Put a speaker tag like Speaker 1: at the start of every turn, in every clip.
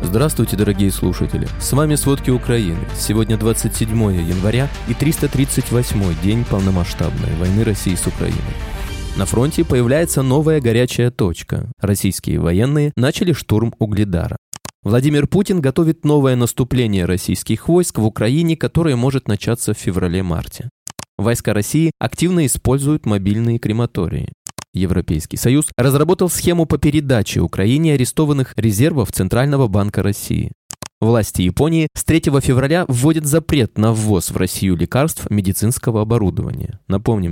Speaker 1: Здравствуйте, дорогие слушатели! С вами «Сводки Украины». Сегодня 27 января и 338-й день полномасштабной войны России с Украиной. На фронте появляется новая горячая точка. Российские военные начали штурм Угледара. Владимир Путин готовит новое наступление российских войск в Украине, которое может начаться в феврале-марте. Войска России активно используют мобильные крематории. Европейский Союз разработал схему по передаче Украине арестованных резервов Центрального банка России. Власти Японии с 3 февраля вводят запрет на ввоз в Россию лекарств, медицинского оборудования. Напомним,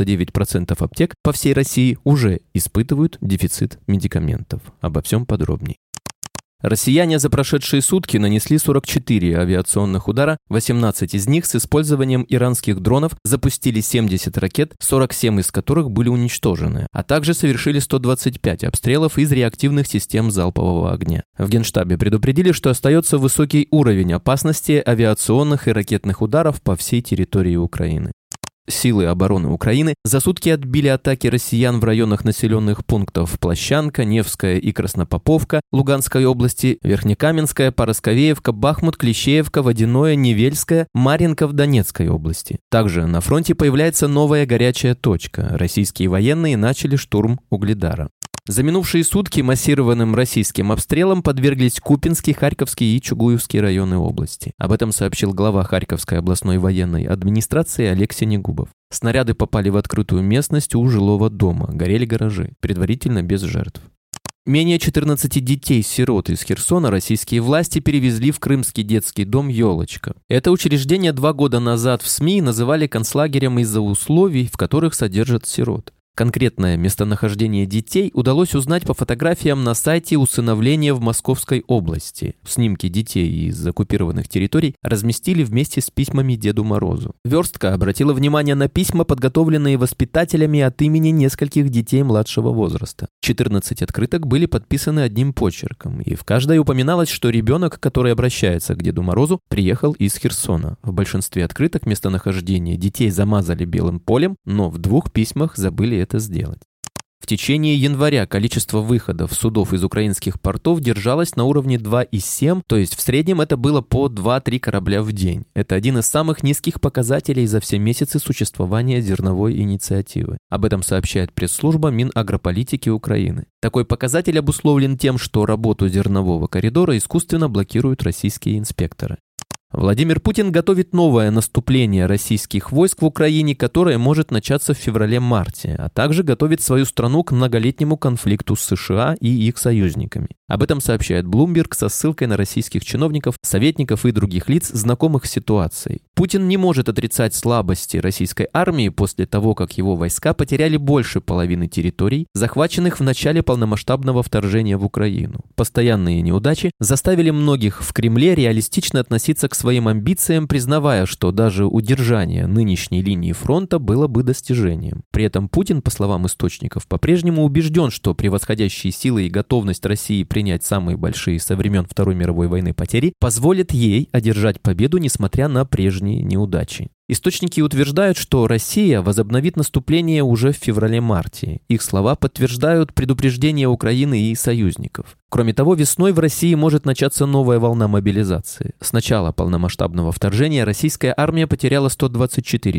Speaker 1: 99% аптек по всей России уже испытывают дефицит медикаментов. Обо всем подробнее. Россияне за прошедшие сутки нанесли 44 авиационных удара, 18 из них с использованием иранских дронов, запустили 70 ракет, 47 из которых были уничтожены, а также совершили 125 обстрелов из реактивных систем залпового огня. В Генштабе предупредили, что остается высокий уровень опасности авиационных и ракетных ударов по всей территории Украины. Силы обороны Украины за сутки отбили атаки россиян в районах населенных пунктов Площанка, Невская и Краснопоповка Луганской области, Верхнекаменская, Парасковеевка, Бахмут, Клещеевка, Водяное, Невельская, Марьинка в Донецкой области. Также на фронте появляется новая горячая точка. Российские военные начали штурм Угледара. За минувшие сутки массированным российским обстрелам подверглись Купинский, Харьковский и Чугуевский районы области. Об этом сообщил глава Харьковской областной военной администрации Олег Синегубов. Снаряды попали в открытую местность у жилого дома, горели гаражи, предварительно без жертв. Менее 14 детей-сирот из Херсона российские власти перевезли в крымский детский дом «Елочка». Это учреждение 2 года назад в СМИ называли концлагерем из-за условий, в которых содержат сирот. Конкретное местонахождение детей удалось узнать по фотографиям на сайте усыновления в Московской области. Снимки детей из оккупированных территорий разместили вместе с письмами Деду Морозу. Верстка обратила внимание на письма, подготовленные воспитателями от имени нескольких детей младшего возраста. 14 открыток были подписаны одним почерком, и в каждой упоминалось, что ребенок, который обращается к Деду Морозу, приехал из Херсона. В большинстве открыток местонахождение детей замазали белым полем, но в 2 письмах забыли это сделать. В течение января количество выходов судов из украинских портов держалось на уровне 2,7, то есть в среднем это было по 2-3 корабля в день. Это один из самых низких показателей за все месяцы существования зерновой инициативы. Об этом сообщает пресс-служба Минагрополитики Украины. Такой показатель обусловлен тем, что работу зернового коридора искусственно блокируют российские инспекторы. Владимир Путин готовит новое наступление российских войск в Украине, которое может начаться в феврале-марте, а также готовит свою страну к многолетнему конфликту с США и их союзниками. Об этом сообщает Bloomberg со ссылкой на российских чиновников, советников и других лиц, знакомых с ситуацией. Путин не может отрицать слабости российской армии после того, как его войска потеряли больше половины территорий, захваченных в начале полномасштабного вторжения в Украину. Постоянные неудачи заставили многих в Кремле реалистично относиться к своим амбициям, признавая, что даже удержание нынешней линии фронта было бы достижением. При этом Путин, по словам источников, по-прежнему убежден, что превосходящие силы и готовность России принять самые большие со времен Второй мировой войны потери позволят ей одержать победу, несмотря на прежние неудачи. Источники утверждают, что Россия возобновит наступление уже в феврале-марте. Их слова подтверждают предупреждения Украины и союзников. Кроме того, весной в России может начаться новая волна мобилизации. С начала полномасштабного вторжения российская армия потеряла 124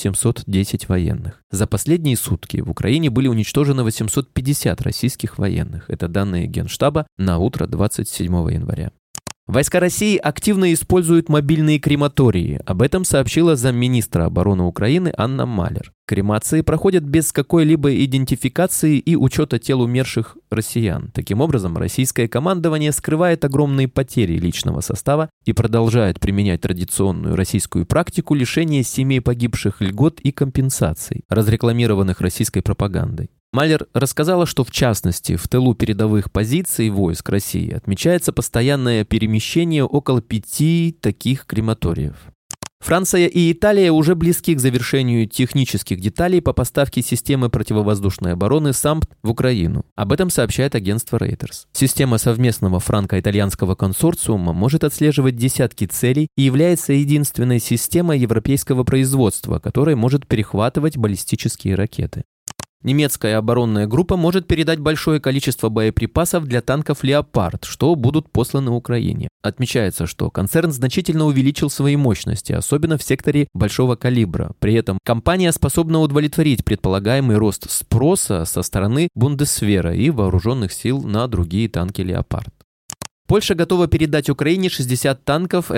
Speaker 1: 710 военных. За последние сутки в Украине были уничтожены 850 российских военных. Это данные Генштаба на утро 27 января. Войска России активно используют мобильные крематории. Об этом сообщила замминистра обороны Украины Анна Малер. Кремации проходят без какой-либо идентификации и учета тел умерших россиян. Таким образом, российское командование скрывает огромные потери личного состава и продолжает применять традиционную российскую практику лишения семей погибших льгот и компенсаций, разрекламированных российской пропагандой. Малер рассказала, что в частности в тылу передовых позиций войск России отмечается постоянное перемещение около 5 таких крематориев. Франция и Италия уже близки к завершению технических деталей по поставке системы противовоздушной обороны САМПТ в Украину. Об этом сообщает агентство Reuters. Система совместного франко-итальянского консорциума может отслеживать десятки целей и является единственной системой европейского производства, которая может перехватывать баллистические ракеты. Немецкая оборонная группа может передать большое количество боеприпасов для танков «Леопард», что будут посланы Украине. Отмечается, что концерн значительно увеличил свои мощности, особенно в секторе большого калибра. При этом компания способна удовлетворить предполагаемый рост спроса со стороны Бундесвера и вооруженных сил на другие танки «Леопард». Польша готова передать Украине 60 танков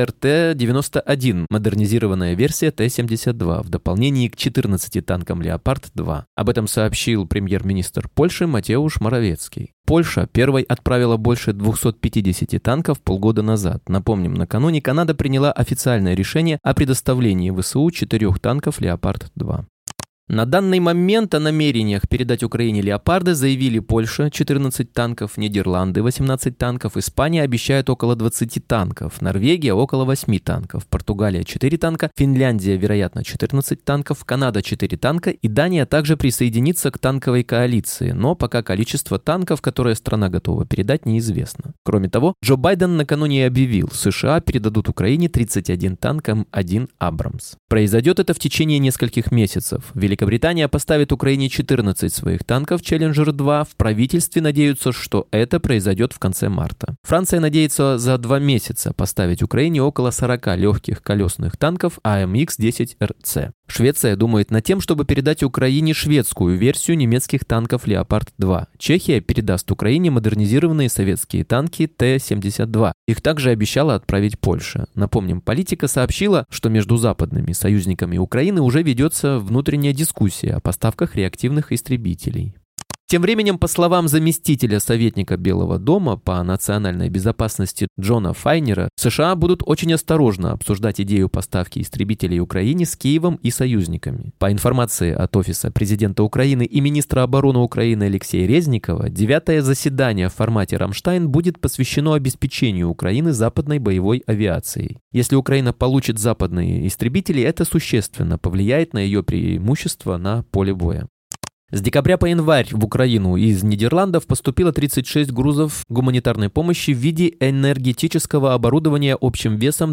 Speaker 1: РТ-91, модернизированная версия Т-72, в дополнение к 14 танкам «Леопард-2». Об этом сообщил премьер-министр Польши Матеуш Моровецкий. Польша первой отправила больше 250 танков полгода назад. Напомним, накануне Канада приняла официальное решение о предоставлении ВСУ 4 танков «Леопард-2». На данный момент о намерениях передать Украине «Леопарды» заявили Польша – 14 танков, Нидерланды – 18 танков, Испания обещает около 20 танков, Норвегия – около 8 танков, Португалия – 4 танка, Финляндия, вероятно, 14 танков, Канада – 4 танка и Дания также присоединится к танковой коалиции, но пока количество танков, которые страна готова передать, неизвестно. Кроме того, Джо Байден накануне объявил, США передадут Украине 31 танк М1 «Абрамс». Произойдет это в течение нескольких месяцев. Великобритания поставит Украине 14 своих танков «Челленджер-2». В правительстве надеются, что это произойдет в конце марта. Франция надеется за 2 месяца поставить Украине около 40 легких колесных танков АМХ-10РЦ. Швеция думает над тем, чтобы передать Украине шведскую версию немецких танков «Леопард-2». Чехия передаст Украине модернизированные советские танки Т-72. Их также обещала отправить Польша. Напомним, политика сообщила, что между западными союзниками Украины уже ведется внутренняя дискуссия о поставках реактивных истребителей. Тем временем, по словам заместителя советника Белого дома по национальной безопасности Джона Файнера, США будут очень осторожно обсуждать идею поставки истребителей Украине с Киевом и союзниками. По информации от Офиса президента Украины и министра обороны Украины Алексея Резникова, 9-е заседание в формате «Рамштайн» будет посвящено обеспечению Украины западной боевой авиацией. Если Украина получит западные истребители, это существенно повлияет на ее преимущество на поле боя. С декабря по январь в Украину из Нидерландов поступило 36 грузов гуманитарной помощи в виде энергетического оборудования общим весом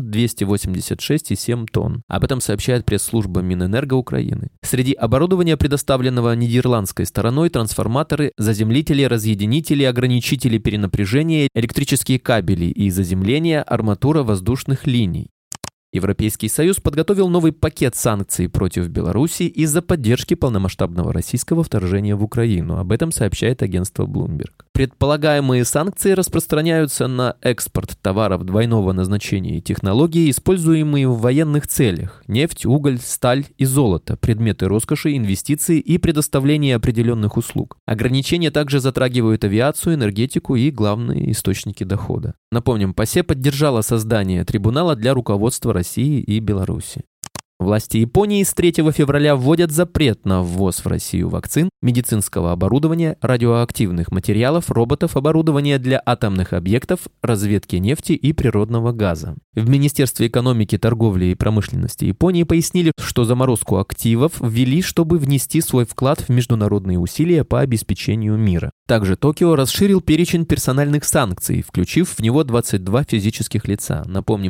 Speaker 1: 286,7 тонн. Об этом сообщает пресс-служба Минэнерго Украины. Среди оборудования, предоставленного нидерландской стороной, трансформаторы, заземлители, разъединители, ограничители перенапряжения, электрические кабели и заземления, арматура воздушных линий. Европейский Союз подготовил новый пакет санкций против Беларуси из-за поддержки полномасштабного российского вторжения в Украину. Об этом сообщает агентство Bloomberg. Предполагаемые санкции распространяются на экспорт товаров двойного назначения и технологии, используемые в военных целях: нефть, уголь, сталь и золото, предметы роскоши, инвестиции и предоставление определенных услуг. Ограничения также затрагивают авиацию, энергетику и главные источники дохода. Напомним, ПАСЕ поддержала создание трибунала для руководства России и Беларуси. Власти Японии с 3 февраля вводят запрет на ввоз в Россию вакцин, медицинского оборудования, радиоактивных материалов, роботов, оборудования для атомных объектов, разведки нефти и природного газа. В Министерстве экономики, торговли и промышленности Японии пояснили, что заморозку активов ввели, чтобы внести свой вклад в международные усилия по обеспечению мира. Также Токио расширил перечень персональных санкций, включив в него 22 физических лица. Напомним,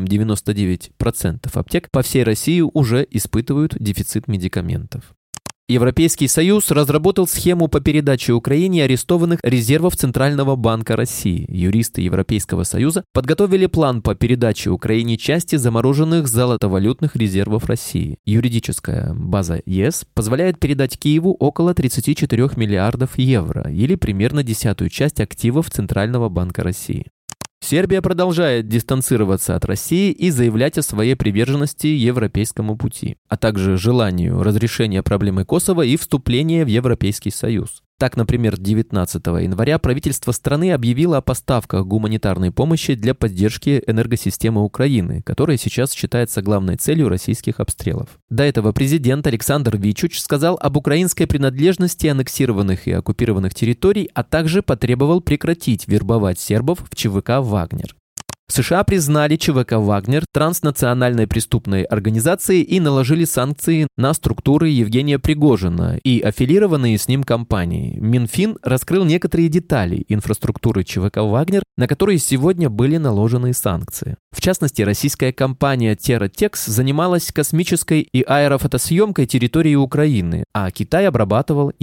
Speaker 1: 99% аптек по всей России уже испытывают дефицит медикаментов. Европейский Союз разработал схему по передаче Украине арестованных резервов Центрального банка России. Юристы Европейского Союза подготовили план по передаче Украине части замороженных золотовалютных резервов России. Юридическая база ЕС позволяет передать Киеву около 34 миллиардов евро, или примерно 10-ю часть активов Центрального банка России. Сербия продолжает дистанцироваться от России и заявлять о своей приверженности европейскому пути, а также желанию разрешения проблемы Косово и вступления в Европейский Союз. Так, например, 19 января правительство страны объявило о поставках гуманитарной помощи для поддержки энергосистемы Украины, которая сейчас считается главной целью российских обстрелов. До этого президент Александр Вичуч сказал об украинской принадлежности аннексированных и оккупированных территорий, а также потребовал прекратить вербовать сербов в ЧВК «Вагнер». США признали ЧВК «Вагнер» транснациональной преступной организацией и наложили санкции на структуры Евгения Пригожина и аффилированные с ним компании. Минфин раскрыл некоторые детали инфраструктуры ЧВК «Вагнер», на которые сегодня были наложены санкции. В частности, российская компания TerraTex занималась космической и аэрофотосъемкой территории Украины, а Китай обрабатывал их.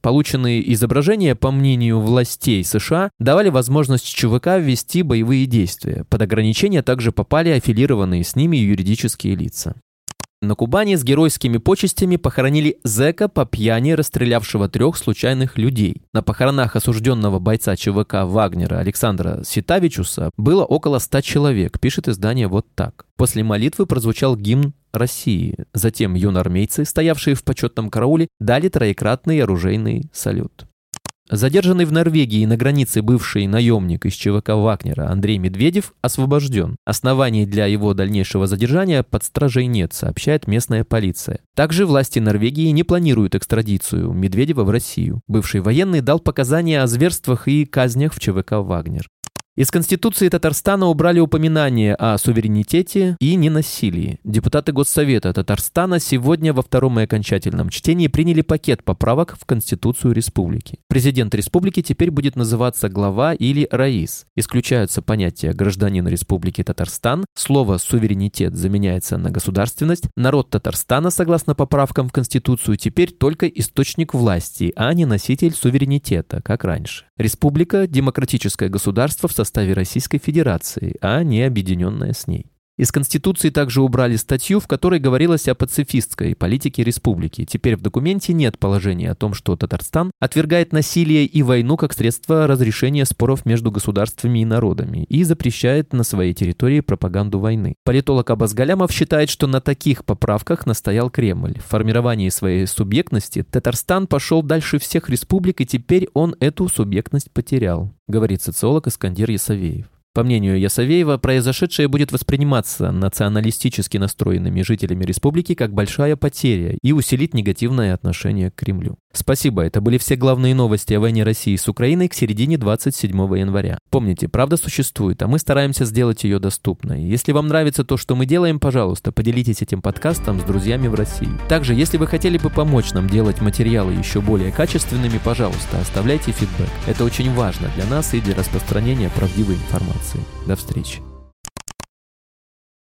Speaker 1: Полученные изображения, по мнению властей США, давали возможность ЧВК ввести боевые действия. Под ограничения также попали аффилированные с ними юридические лица. На Кубани с геройскими почестями похоронили зэка по пьяни, расстрелявшего 3 случайных людей. На похоронах осужденного бойца ЧВК Вагнера Александра Ситавичуса было около 100 человек, пишет издание «Вот так». После молитвы прозвучал гимн России. Затем юноармейцы, стоявшие в почетном карауле, дали троекратный оружейный салют. Задержанный в Норвегии на границе бывший наемник из ЧВК Вагнера Андрей Медведев освобожден. Оснований для его дальнейшего задержания под стражей нет, сообщает местная полиция. Также власти Норвегии не планируют экстрадицию Медведева в Россию. Бывший военный дал показания о зверствах и казнях в ЧВК Вагнер. Из Конституции Татарстана убрали упоминание о суверенитете и ненасилии. Депутаты Госсовета Татарстана сегодня во втором и окончательном чтении приняли пакет поправок в Конституцию республики. Президент республики теперь будет называться глава или раис. Исключаются понятия «гражданин Республики Татарстан», слово «суверенитет» заменяется на «государственность», народ Татарстана, согласно поправкам в Конституцию, теперь только источник власти, а не носитель суверенитета, как раньше. Республика – демократическое государство в составе Российской Федерации, а не объединенное с ней. Из Конституции также убрали статью, в которой говорилось о пацифистской политике республики. Теперь в документе нет положения о том, что Татарстан отвергает насилие и войну как средство разрешения споров между государствами и народами и запрещает на своей территории пропаганду войны. Политолог Аббас Галямов считает, что на таких поправках настоял Кремль. В формировании своей субъектности Татарстан пошел дальше всех республик, и теперь он эту субъектность потерял, говорит социолог Искандер Ясовеев. По мнению Ясовеева, произошедшее будет восприниматься националистически настроенными жителями республики как большая потеря и усилит негативное отношение к Кремлю. Спасибо, это были все главные новости о войне России с Украиной к середине 27 января. Помните, правда существует, а мы стараемся сделать ее доступной. Если вам нравится то, что мы делаем, пожалуйста, поделитесь этим подкастом с друзьями в России. Также, если вы хотели бы помочь нам делать материалы еще более качественными, пожалуйста, оставляйте фидбэк. Это очень важно для нас и для распространения правдивой информации. До встречи.